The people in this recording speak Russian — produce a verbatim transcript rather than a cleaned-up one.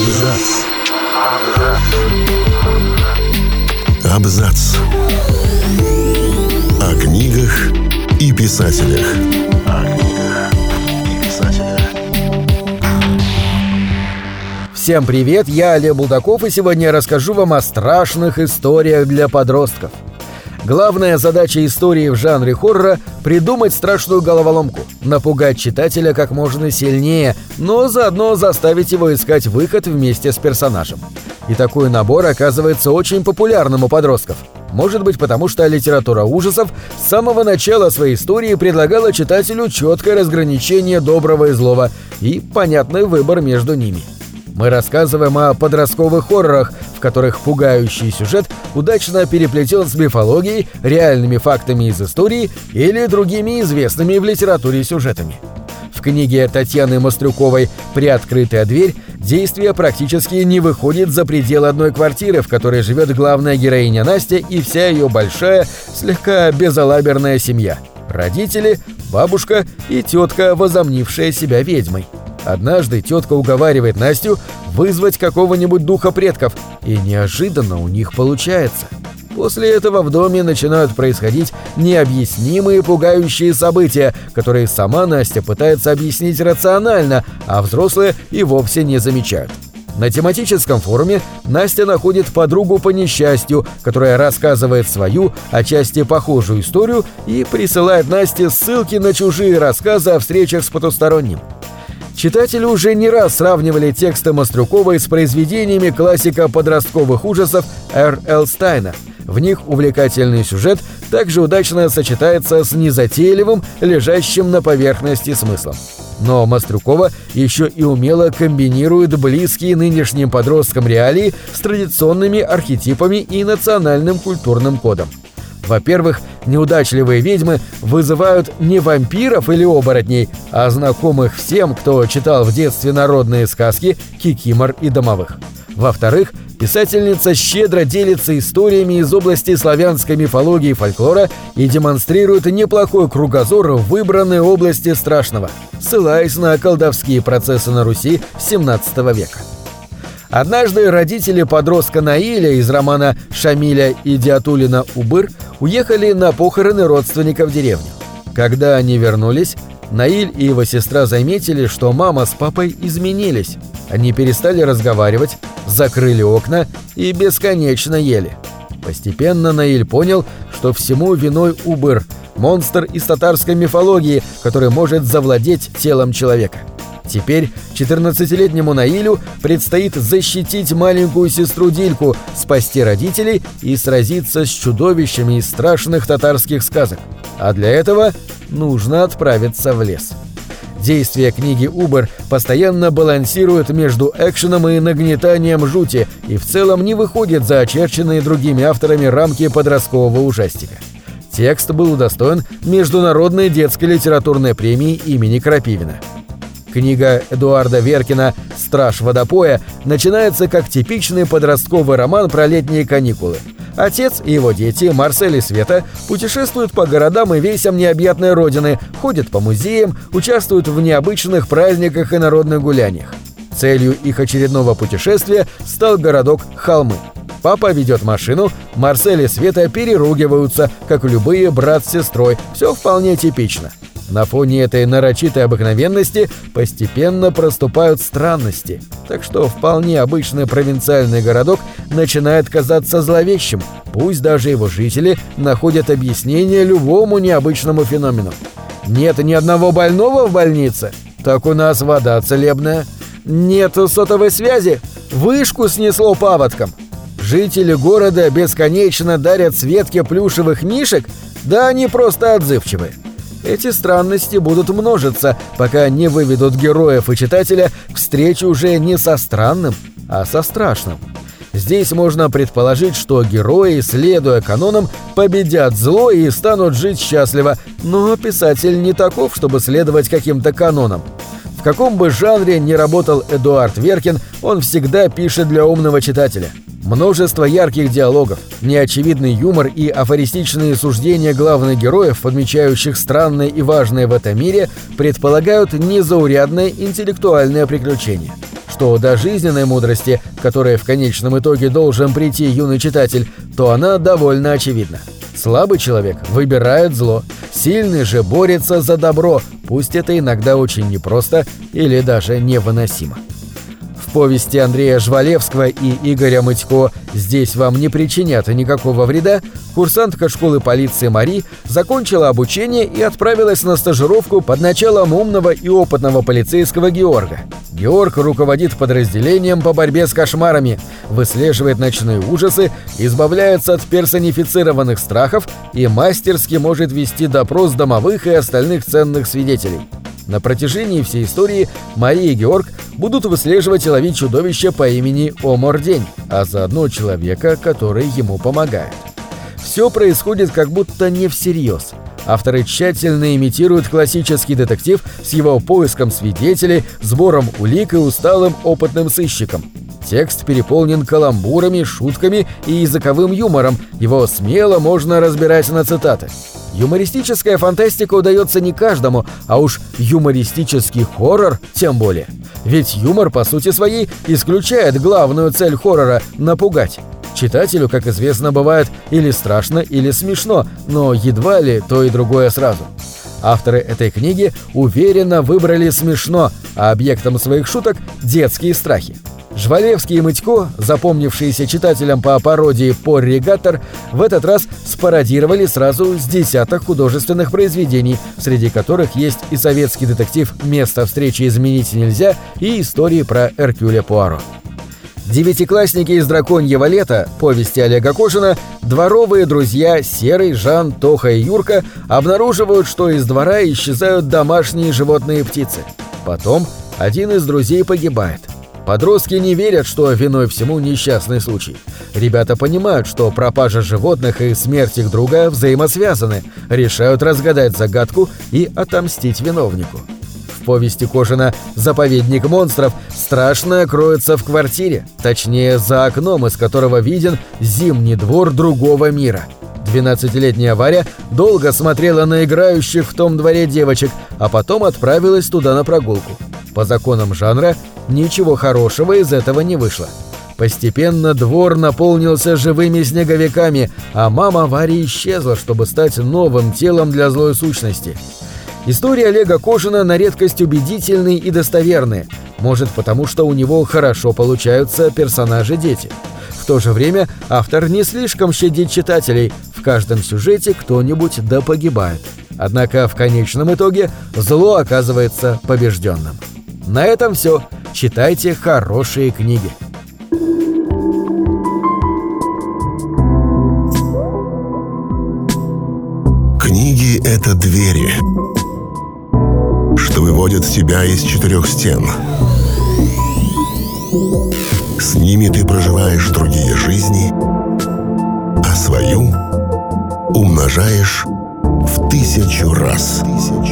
Абзац. Абзац. О книгах и писателях. О книгах и писателях. Всем привет, я Олег Булдаков, и сегодня я расскажу вам о страшных историях для подростков. Главная задача истории в жанре хоррора – придумать страшную головоломку, напугать читателя как можно сильнее, но заодно заставить его искать выход вместе с персонажем. И такой набор оказывается очень популярным у подростков. Может быть, потому что литература ужасов с самого начала своей истории предлагала читателю четкое разграничение доброго и злого и понятный выбор между ними. Мы рассказываем о подростковых хоррорах, в которых пугающий сюжет удачно переплетен с мифологией, реальными фактами из истории или другими известными в литературе сюжетами. В книге Татьяны Мострюковой «Приоткрытая дверь» действие практически не выходит за пределы одной квартиры, в которой живет главная героиня Настя и вся ее большая, слегка безалаберная семья. Родители, бабушка и тетка, возомнившая себя ведьмой. Однажды тетка уговаривает Настю вызвать какого-нибудь духа предков, и неожиданно у них получается. После этого в доме начинают происходить необъяснимые пугающие события, которые сама Настя пытается объяснить рационально, а взрослые и вовсе не замечают. На тематическом форуме Настя находит подругу по несчастью, которая рассказывает свою, отчасти похожую историю, и присылает Насте ссылки на чужие рассказы о встречах с потусторонним. Читатели уже не раз сравнивали тексты Мострюковой с произведениями классика подростковых ужасов Эр Эл Стайна. В них увлекательный сюжет также удачно сочетается с незатейливым, лежащим на поверхности смыслом. Но Мострюкова еще и умело комбинирует близкие нынешним подросткам реалии с традиционными архетипами и национальным культурным кодом. Во-первых, неудачливые ведьмы вызывают не вампиров или оборотней, а знакомых всем, кто читал в детстве народные сказки, кикимор и домовых. Во-вторых, писательница щедро делится историями из области славянской мифологии и фольклора и демонстрирует неплохой кругозор в выбранной области страшного, ссылаясь на колдовские процессы на Руси семнадцатого века. Однажды родители подростка Наиля из романа Шамиля Идиатуллина «Убыр» уехали на похороны родственников в деревню. Когда они вернулись, Наиль и его сестра заметили, что мама с папой изменились. Они перестали разговаривать, закрыли окна и бесконечно ели. Постепенно Наиль понял, что всему виной Убыр – монстр из татарской мифологии, который может завладеть телом человека. Теперь четырнадцатилетнему Наилю предстоит защитить маленькую сестру Дильку, спасти родителей и сразиться с чудовищами из страшных татарских сказок. А для этого нужно отправиться в лес. Действие книги «Убыр» постоянно балансирует между экшеном и нагнетанием жути и в целом не выходит за очерченные другими авторами рамки подросткового ужастика. Текст был удостоен Международной детской литературной премии имени Крапивина. Книга Эдуарда Веркина «Страж водопоя» начинается как типичный подростковый роман про летние каникулы. Отец и его дети, Марсель и Света, путешествуют по городам и весям необъятной родины, ходят по музеям, участвуют в необычных праздниках и народных гуляниях. Целью их очередного путешествия стал городок Холмы. Папа ведет машину, Марсель и Света переругиваются, как любые брат с сестрой, все вполне типично. На фоне этой нарочитой обыкновенности постепенно проступают странности, так что вполне обычный провинциальный городок начинает казаться зловещим, пусть даже его жители находят объяснение любому необычному феномену. Нет ни одного больного в больнице? Так у нас вода целебная. Нет сотовой связи? Вышку снесло паводком. Жители города бесконечно дарят Светке плюшевых мишек? Да они просто отзывчивые. Эти странности будут множиться, пока не выведут героев и читателя к встрече уже не со странным, а со страшным. Здесь можно предположить, что герои, следуя канонам, победят зло и станут жить счастливо, но писатель не таков, чтобы следовать каким-то канонам. В каком бы жанре ни работал Эдуард Веркин, он всегда пишет для умного читателя. Множество ярких диалогов, неочевидный юмор и афористичные суждения главных героев, подмечающих странное и важное в этом мире, предполагают незаурядное интеллектуальное приключение. Что до жизненной мудрости, которой в конечном итоге должен прийти юный читатель, то она довольно очевидна. Слабый человек выбирает зло, сильный же борется за добро, пусть это иногда очень непросто или даже невыносимо. В повести Андрея Жвалевского и Игоря Мытько «Здесь вам не причинят никакого вреда» курсантка школы полиции Мари закончила обучение и отправилась на стажировку под началом умного и опытного полицейского Георга. Георг руководит подразделением по борьбе с кошмарами, выслеживает ночные ужасы, избавляется от персонифицированных страхов и мастерски может вести допрос домовых и остальных ценных свидетелей. На протяжении всей истории Мария и Георг будут выслеживать и ловить чудовище по имени Омордень, а заодно человека, который ему помогает. Все происходит как будто не всерьез. Авторы тщательно имитируют классический детектив с его поиском свидетелей, сбором улик и усталым опытным сыщиком. Текст переполнен каламбурами, шутками и языковым юмором, его смело можно разбирать на цитаты. Юмористическая фантастика удается не каждому, а уж юмористический хоррор тем более. Ведь юмор, по сути своей, исключает главную цель хоррора – напугать. Читателю, как известно, бывает или страшно, или смешно, но едва ли то и другое сразу. Авторы этой книги уверенно выбрали смешно, а объектом своих шуток – детские страхи. Жвалевский и Мытько, запомнившиеся читателям по пародии «Порригатор», в этот раз спародировали сразу с десяток художественных произведений, среди которых есть и советский детектив «Место встречи изменить нельзя» и истории про Эркюля Пуаро. Девятиклассники из «Драконьего лета», повести Олега Кожина, дворовые друзья Серый, Жан, Тоха и Юрка обнаруживают, что из двора исчезают домашние животные и птицы. Потом один из друзей погибает. Подростки не верят, что виной всему несчастный случай. Ребята понимают, что пропажа животных и смерть их друга взаимосвязаны, решают разгадать загадку и отомстить виновнику. В повести Кожина «Заповедник монстров» страшное кроется в квартире, точнее, за окном, из которого виден зимний двор другого мира. двенадцатилетняя Варя долго смотрела на играющих в том дворе девочек, а потом отправилась туда на прогулку. По законам жанра ничего хорошего из этого не вышло. Постепенно двор наполнился живыми снеговиками, а мама Вари исчезла, чтобы стать новым телом для злой сущности. Истории Олега Кожина на редкость убедительные и достоверные, может потому, что у него хорошо получаются персонажи-дети. В то же время автор не слишком щадит читателей, в каждом сюжете кто-нибудь да погибает. Однако в конечном итоге зло оказывается побежденным. На этом все. Читайте хорошие книги. Книги — это двери, что выводят тебя из четырех стен. С ними ты проживаешь другие жизни, а свою умножаешь в тысячу раз. Тысячу.